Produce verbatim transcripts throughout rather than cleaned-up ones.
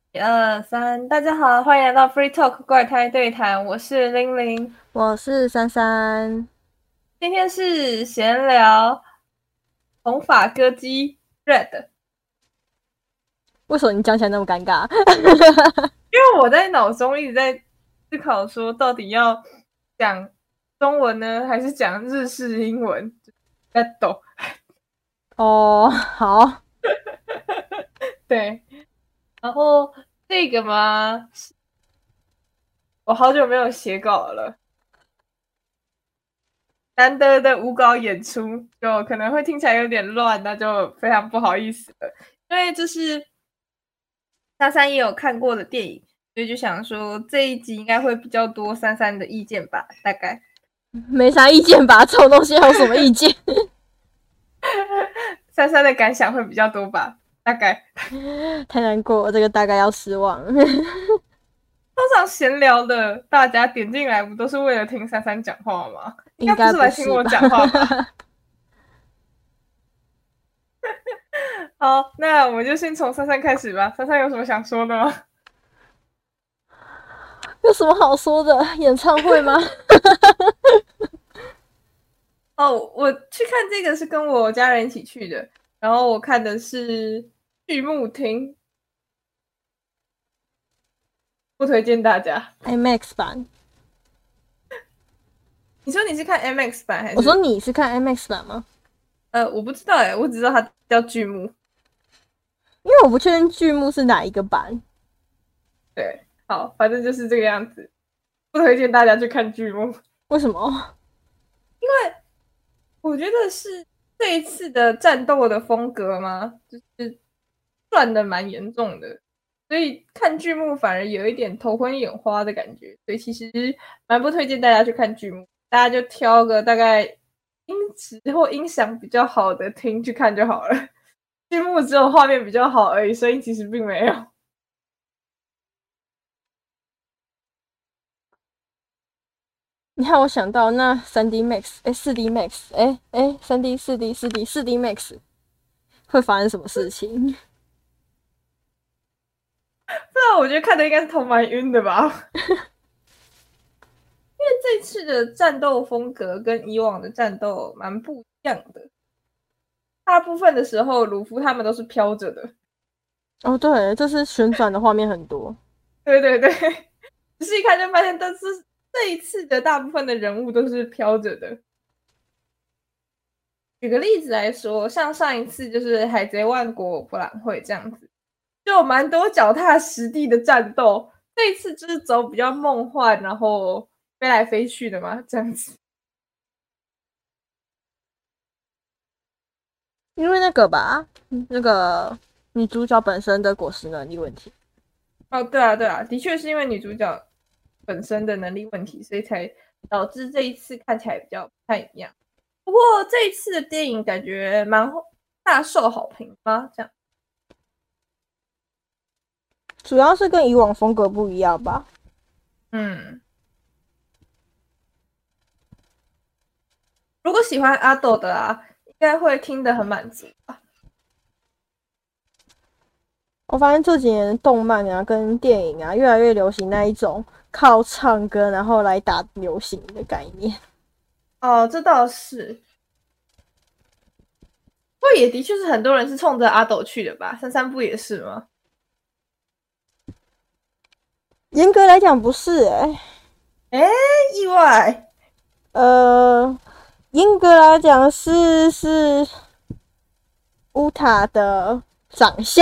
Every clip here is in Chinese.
一二三，大家好，欢迎来到 Free Talk 怪胎对谈，我是玲玲。 我是珊珊。 今天是闲聊红发歌姬 Red， 为什么你讲起来那么尴尬？ 因为我在脑中一直在思考说，到底要讲中文呢，还是讲日式英文？在抖。 哦，好。 对，然后这个嘛，我好久没有写稿了，难得的无稿演出，就可能会听起来有点乱，那就非常不好意思了。因为就是珊珊也有看过的电影，所以就想说这一集应该会比较多珊珊的意见吧，大概。 没啥意见吧？这种东西还有什么意见？ 珊珊的感想会比较多吧，大概。 太难过了，这个大概要失望。 通常闲聊的大家点进来不都是为了听珊珊讲话吗？应该不应该是来听我不是吧？ 讲话吧？好，那我们就先从珊珊开始吧。珊珊有什么想说的吗？ 有什么好说的？演唱会吗？ 哦，我去看这个是跟我家人一起去的，然后我看的是剧目厅，不推荐大家。 M X 版。 你说你是看 M X 版还我说是？ 你是看 M X 版吗？ 呃，我不知道哎，我只知道它叫剧目。 因为我不确定剧目是哪一个版。 对，好，反正就是这个样子，不推荐大家去看剧目。 为什么？ 我觉得是这一次的战斗的风格嘛，就是转的蛮严重的，所以看剧目反而有一点头昏眼花的感觉，所以其实蛮不推荐大家去看剧目，大家就挑个大概音质或音响比较好的听去看就好了。剧目只有画面比较好而已，声音其实并没有。 你看，我想到那三 D Max，哎，四 D Max，哎哎，三 D、四 D、四 D、四 D Max 会发生什么事情？ 不然我觉得看的应该是头蛮晕的吧。因为这次的战斗风格跟以往的战斗蛮不一样的，大部分的时候鲁夫他们都是飘着的。 哦，对，这是旋转的画面很多。 对对对，仔细看就发现，但是这一次的大部分的人物都是飘着的。举个例子来说，像上一次就是海贼万国博览会这样子，就有蛮多脚踏实地的战斗。这一次就是走比较梦幻，然后飞来飞去的嘛，这样子。 因为那个吧，那个女主角本身的果实能力问题。 哦，对啊，对啊，的确是因为女主角本身的能力问题，所以才导致这一次看起来比较不太一样。不过这一次的电影感觉蛮大受好评吗？这样。 主要是跟以往风格不一样吧。 嗯，如果喜欢阿斗的啊，应该会听得很满足吧。 我发现这几年动漫啊跟电影啊越来越流行那一种靠唱歌然后来打流行的概念。 哦，这倒是，不过也的确是很多人是冲着阿斗去的吧？三三不也是吗？ 严格来讲不是哎、 哎，意外。 呃，严格来讲是是乌塔的长相，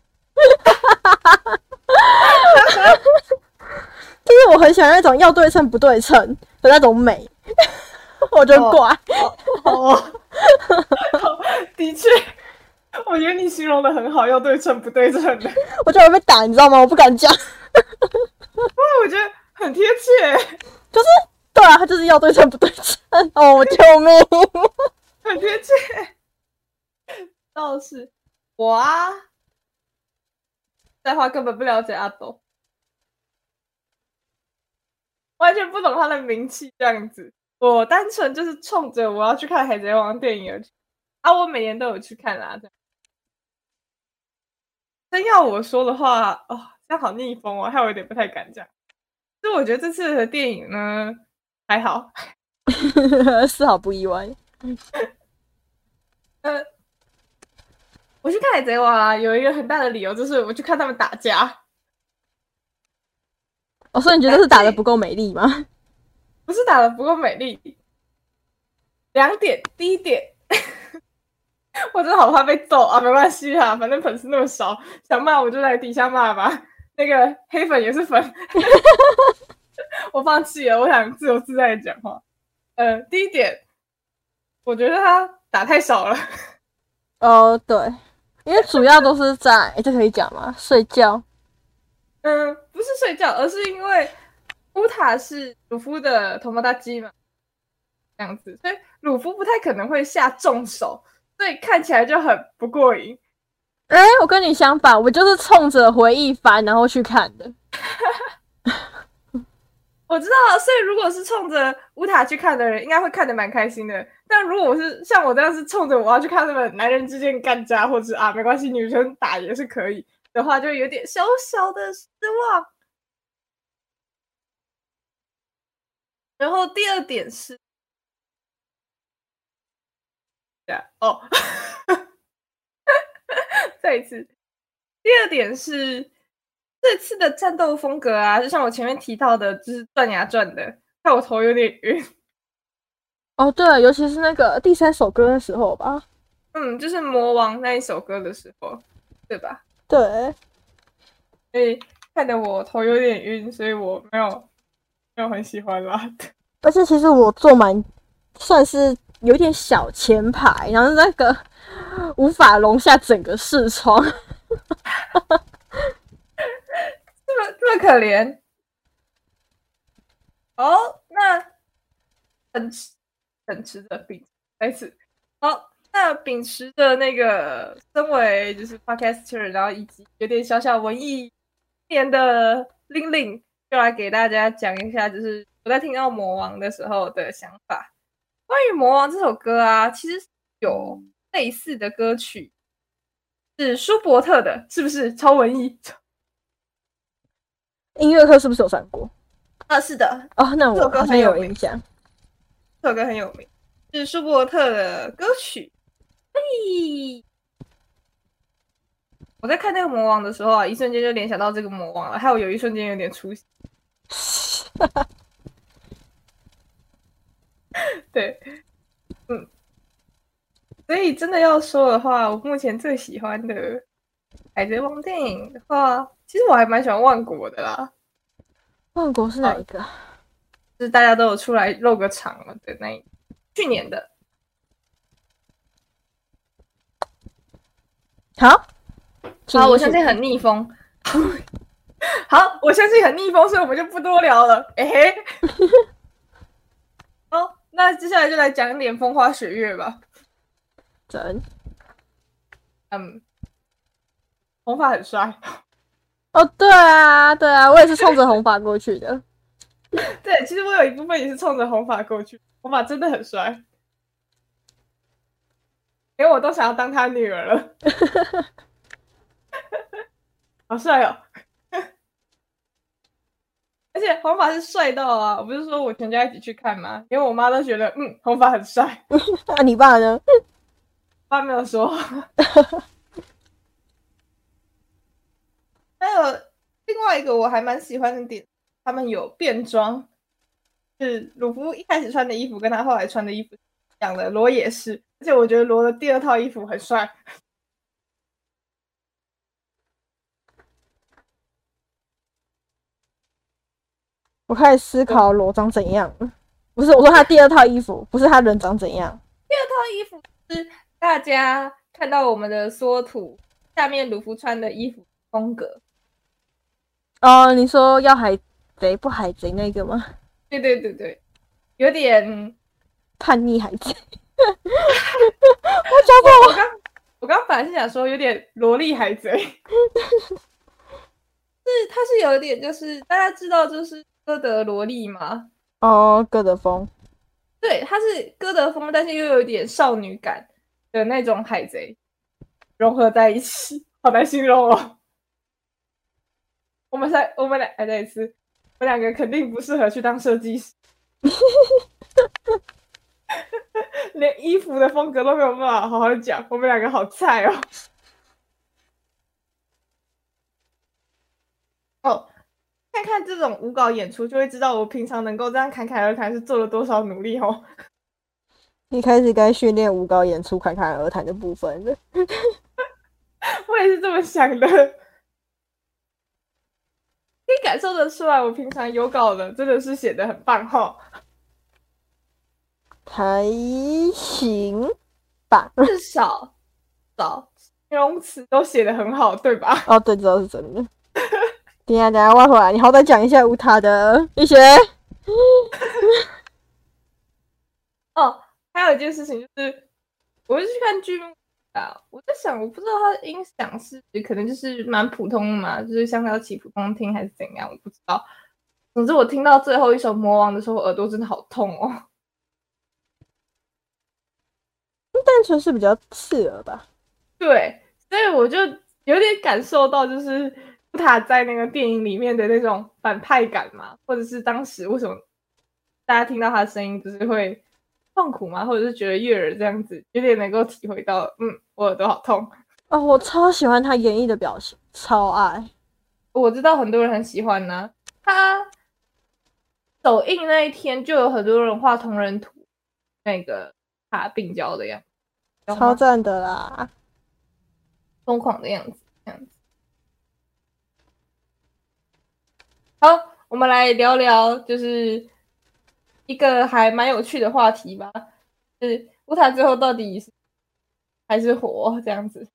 就是我很喜欢那种要对称不对称的那种美，我就哦怪。 哦哦，的确，我觉得你形容的很好，要对称不对称的。 我就会被打，你知道吗？我不敢讲。 我觉得很贴切， 就是对啊，他就是要对称不对称。哦，救命！ 很贴切。倒是我啊，在话根本不了解阿斗，完全不懂他的名气这样子。我单纯就是冲着我要去看《海贼王》电影而去啊，我每年都有去看啦。这样真要我说的话，哦， 这样好逆风哦，害我有点不太敢讲。所以我觉得这次的电影呢还好， 丝毫不意外。 呃，我去看海贼王啊，有一个很大的理由就是我去看他们打架。 哦，所以你觉得是打得不够美丽吗？ 不是打得不够美丽。两点，第一点，我真的好怕被揍啊！没关系啊，反正粉丝那么少，想骂我就在底下骂吧。那个黑粉也是粉，我放弃了，我想自由自在的讲话。呃，第一点，我觉得他打太少了。 哦，对，因为主要都是在，欸、这可以讲吗？睡觉。 嗯，不是睡觉，而是因为乌塔是鲁夫的头毛大鸡嘛，这样子，所以鲁夫不太可能会下重手，所以看起来就很不过瘾。 哎、欸，我跟你相反，我就是冲着回忆番然后去看的。 我知道，所以如果是冲着乌塔去看的人，应该会看得蛮开心的。但如果我是像我这样是冲着我要去看他们男人之间干架，或者啊没关系，女生打也是可以的话，就有点小小的失望。然后第二点是，对啊，哦，再一次，第二点是这次的战斗风格啊，就像我前面提到的，就是转呀转的，害我头有点晕。 哦，对，尤其是那个第三首歌的时候吧。 嗯，就是魔王那一首歌的时候，对吧？ 对， 所以看得我头有点晕，所以我没有没有很喜欢啦。 而且其实我坐蛮算是有点小前排，然后那个无法容下整个视窗， 这么这么可怜。好，那很很值得秉再次好。那秉持着那个身为就是 podcaster， 然后以及有点小小文艺年的令令，就来给大家讲一下，就是我在听到魔王的时候的想法。关于魔王这首歌啊，其实有类似的歌曲，是舒伯特的，是不是超文艺？ 音乐课是不是有上过？ 啊，是的。 哦，那我好像有印象。 这首歌很有名，是舒伯特的歌曲。嘿，我在看那个魔王的时候啊，一瞬间就联想到这个魔王了，还有有一瞬间有点出戏。对，嗯，所以真的要说的话，我目前最喜欢的海贼王电影的话，其实我还蛮喜欢万国的啦。 万国是哪一个？哦， 就是大家都有出来露个场了的那一去年的。 好， 好，我相信很逆风。好，我相信很逆风，所以我们就不多聊了。哎、欸、嘿，好，那接下来就来讲一点风花雪月吧。 真， 嗯，红发很帅。 哦，对啊，对啊，我也是冲着红发过去的。 对，其实我有一部分也是冲着红发过去，红发真的很帅，连我都想要当他女儿了。好帅哦！而且红发是帅到啊！我不是说我全家一起去看吗？连我妈都觉得，嗯，红发很帅。 那、啊、你爸呢？ 爸没有说。还有另外一个我还蛮喜欢的点，他们有变装，是鲁夫一开始穿的衣服跟他后来穿的衣服一样的，罗也是，而且我觉得罗的第二套衣服很帅。 我开始思考罗长怎样了。不是，我说他第二套衣服，不是他人长怎样。 第二套衣服是大家看到我们的缩图下面鲁夫穿的衣服风格。 哦，你说要海贼不海贼那个吗？ 对对对对，有点叛逆海贼。 我讲过，我刚我刚本来是想说有点萝莉海贼。是他是有点就是大家知道就是哥德萝莉吗？ 哦，哥德风。 对，他是哥德风，但是又有一点少女感的那种海贼融合在一起，好难形容哦。 我们才我们俩哎，再一次，我们两个肯定不适合去当设计师，连衣服的风格都没有办法好好讲，我们两个好菜哦。哦，看看这种舞蹈演出，就会知道我平常能够这样侃侃而谈是做了多少努力哦。 一开始该训练舞蹈演出侃侃而谈的部分了。 我也是这么想的，可以感受得出来，我平常有稿的真的是写得很棒哈。 还行吧， 至少少形容词都写得很好，对吧？ 哦，对，这倒是真的。等一下，等一下，挖回来，你好歹讲一下乌塔的一些。 哦，还有一件事情就是，我就去看剧目啊，我在想，我不知道它的音响是可能就是蛮普通的嘛，就是像要起普通听还是怎样，我不知道。总之，我听到最后一首《魔王》的时候，耳朵真的好痛哦。 单纯是比较刺耳吧？ 对，所以我就有点感受到，就是他在那个电影里面的那种反派感嘛，或者是当时为什么大家听到他的声音就是会痛苦嘛，或者是觉得悦耳这样子，有点能够体会到，嗯，我耳朵好痛哦。我超喜欢他演绎的表情，超爱。 我知道很多人很喜欢呢、啊，他首映那一天就有很多人画同人图，那个他病娇的样子， 超赞的啦， 疯狂的样子，这样子。好，我们来聊聊，就是一个还蛮有趣的话题吧，就是乌塔最后到底是还是活这样子？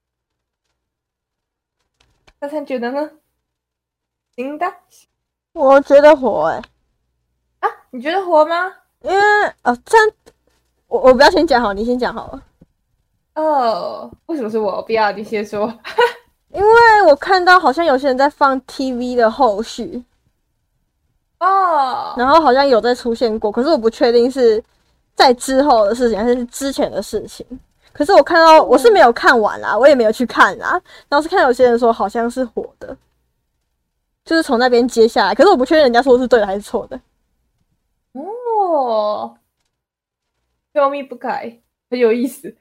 大家觉得呢？行的， 我觉得活哎、 欸、啊，你觉得活吗？ 因为哦，这样我我不要先讲好，你先讲好了。 哦，为什么是我？不要，你先说。 因为我看到好像有些人在放 T V 的后续。 哦， 然后好像有在出现过，可是我不确定是在之后的事情还是之前的事情。可是我看到我是没有看完啦，我也没有去看啦。然后是看有些人说好像是活的，就是从那边接下来。可是我不确定人家说的是对的还是错的。 哦，救命不改，很有意思，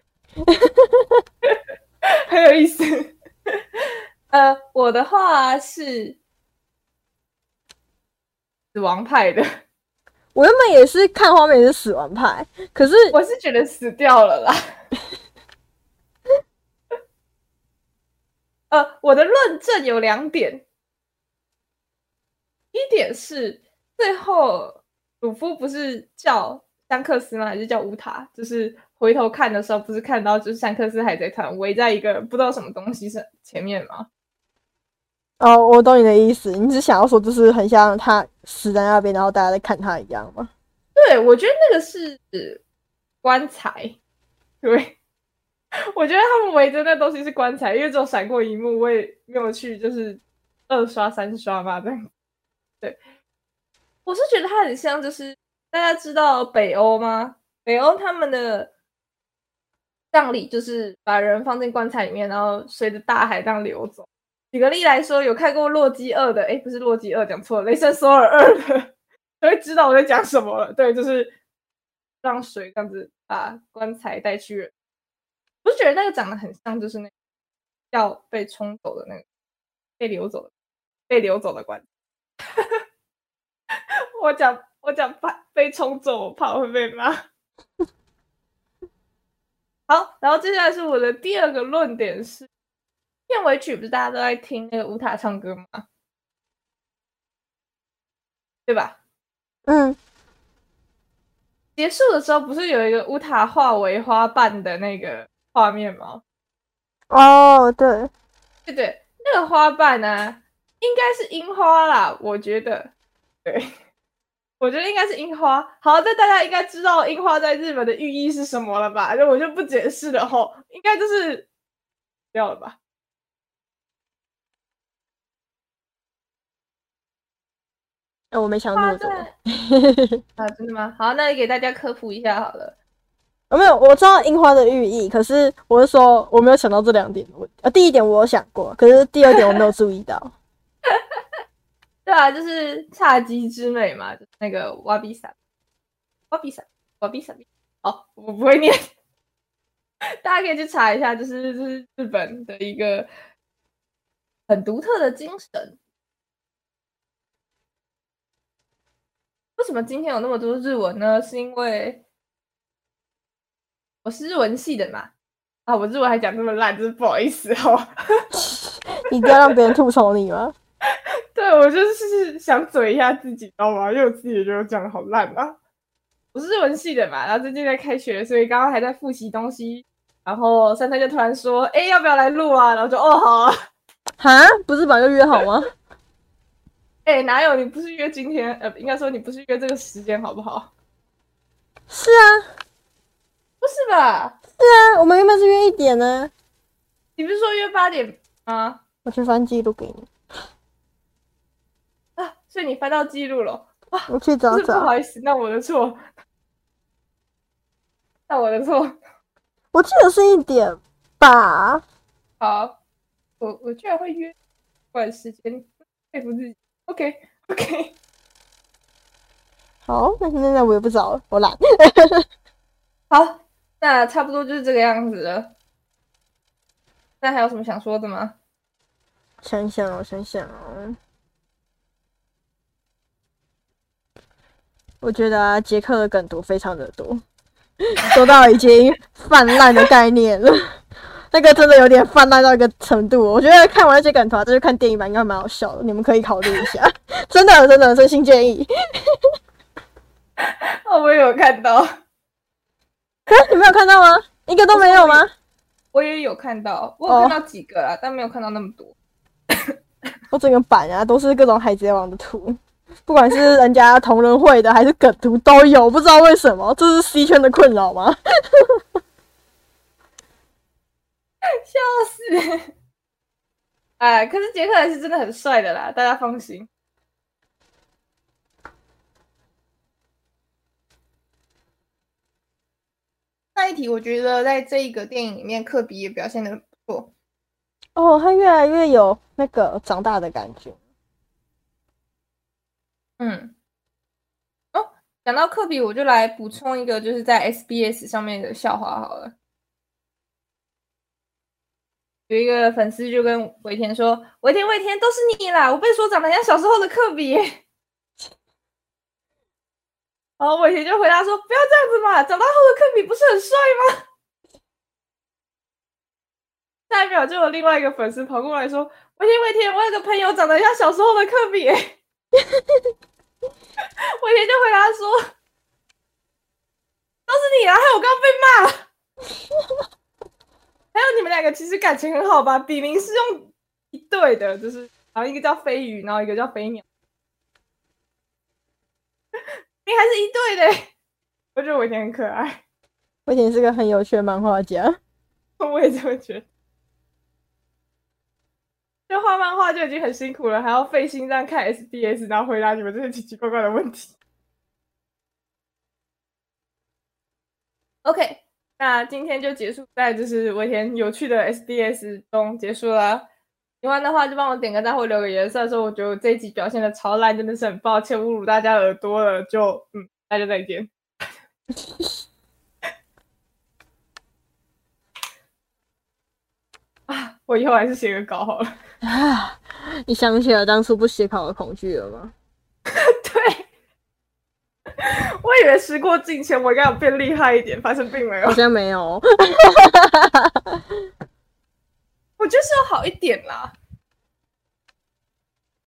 很有意思。呃，我的话是死亡派的。 我原本也是看画面是死亡派，可是我是觉得死掉了啦。呃，我的论证有两点，一点是最后鲁夫不是叫香克斯吗？还是叫乌塔？就是回头看的时候，不是看到就是香克斯海贼团围在一个不知道什么东西是前面吗？ 哦，我懂你的意思，你只想要说就是很像他死在那边，然后大家在看他一样吗？ 对，我觉得那个是棺材，对。我觉得他们围着那东西是棺材，因为只有闪过一幕，我也没有去就是二刷三刷嘛，这样。对，我是觉得它很像，就是大家知道北欧吗？北欧他们的葬礼就是把人放进棺材里面，然后随着大海这样流走。举个例来说，有看过《洛基二》的，诶不是《洛基二》，讲错了，《雷神索尔二》的，就会知道我在讲什么了。对，就是让水这样子把棺材带去人。我是觉得那个长得很像，就是那个要被冲走的那个，被流走的，被流走的棺。我讲我讲怕被冲走，我怕我会被骂。好，然后接下来是我的第二个论点是，片尾曲不是大家都在听那个乌塔唱歌吗？对吧？ 嗯。 结束的时候不是有一个乌塔化为花瓣的那个画面吗？ 哦，对， 对对，那个花瓣呢、啊，应该是樱花啦，我觉得，对，我觉得应该是樱花。好，那大家应该知道樱花在日本的寓意是什么了吧？那我就不解释了吼，应该就是掉了吧。 哎、我没想那么多。 啊，真的吗？好，那你给大家科普一下好了。 我没有，我知道樱花的寓意，可是我是说我没有想到这两点。我呃，第一点我有想过，可是第二点我没有注意到。 对啊，就是侘寂之美嘛，就是那个瓦比萨，瓦比萨，瓦比萨比。哦，我不会念，大家可以去查一下，就是就是日本的一个很独特的精神。为什么今天有那么多日文呢？是因为我是日文系的嘛。啊，我日文还讲这么烂，真是不好意思哦。 一定要让别人吐槽你吗？ 对，我就是想嘴一下自己，知道吗？因为我自己也觉得讲的好烂啊。我是日文系的嘛，然后最近在开学，所以刚刚还在复习东西。然后珊珊就突然说：“哎，要不要来录啊？”然后就哦好啊。 哈，不是本来就约好吗？ 哎，哪有？你不是约今天？呃，应该说你不是约这个时间，好不好？ 是啊， 不是吧？ 是啊，我们原本是约一点呢。 你不是说约八点吗？ 我去翻记录给你。 啊，所以你翻到记录了。啊， 我去找找。 不好意思，那我的错。那我的错。 我记得是一点吧。 好，我我居然会约短时间，佩服自己。OK OK。 好，那现在我也不找了，我懒。 好，那差不多就是这个样子了。那还有什么想说的吗？ 想想哦，想想哦。我觉得啊，杰克的梗图非常的多，多到已经泛滥的概念了。那个真的有点泛滥到一个程度，我觉得看完那些梗图啊，再去看电影版应该蛮好笑的，你们可以考虑一下。真的，真的，真心建议。 哦，我有看到。 你没有看到吗？一个都没有吗？ 我也有看到，我有看到几个啦，哦、但没有看到那么多。 我整个版啊都是各种海贼王的图，不管是人家同人会的还是梗图都有，不知道为什么，这是 C 圈的困扰吗？ 笑死！哎，可是杰克还是真的很帅的啦，大家放心。那一题，我觉得在这一个电影里面，科比也表现的不错。 哦，他越来越有那个长大的感觉。 嗯。哦，讲到科比，我就来补充一个，就是在 S B S 上面的笑话好了。有一个粉丝就跟尾田说：“尾田，尾田，都是你啦！我被说长得像小时候的科比。”然后尾田就回答说：“不要这样子嘛，长大后的科比不是很帅吗？”下一秒就有另外一个粉丝跑过来说：“尾田，尾田，我有个朋友长得像小时候的科比。”尾田就回答说：“都是你啦，害我刚刚被骂。”还有你们两个其实感情很好吧？笔名是用一对的，就是然后一个叫飞鱼，然后一个叫飞鸟，你还是一对的。我觉得尾田很可爱， 尾田是个很有趣的漫画家， 我也这么觉得。就画漫画就已经很辛苦了，还要费心这样看 S B S， 然后回答你们这些奇奇怪怪的问题。OK。那今天就结束在就是尾田有趣的 S B S 中结束了。喜欢的话就帮我点个赞或留个言。虽然说我觉得我这一集表现的超烂，真的是很抱歉，侮辱大家耳朵了。就嗯，大家再见。啊，我以后还是写个稿好了。 啊，你想起了当初不写考的恐惧了吗？ 对。我以为时过境迁，我应该有变厉害一点，发现并没有， 好像没有。 我觉得是有好一点啦。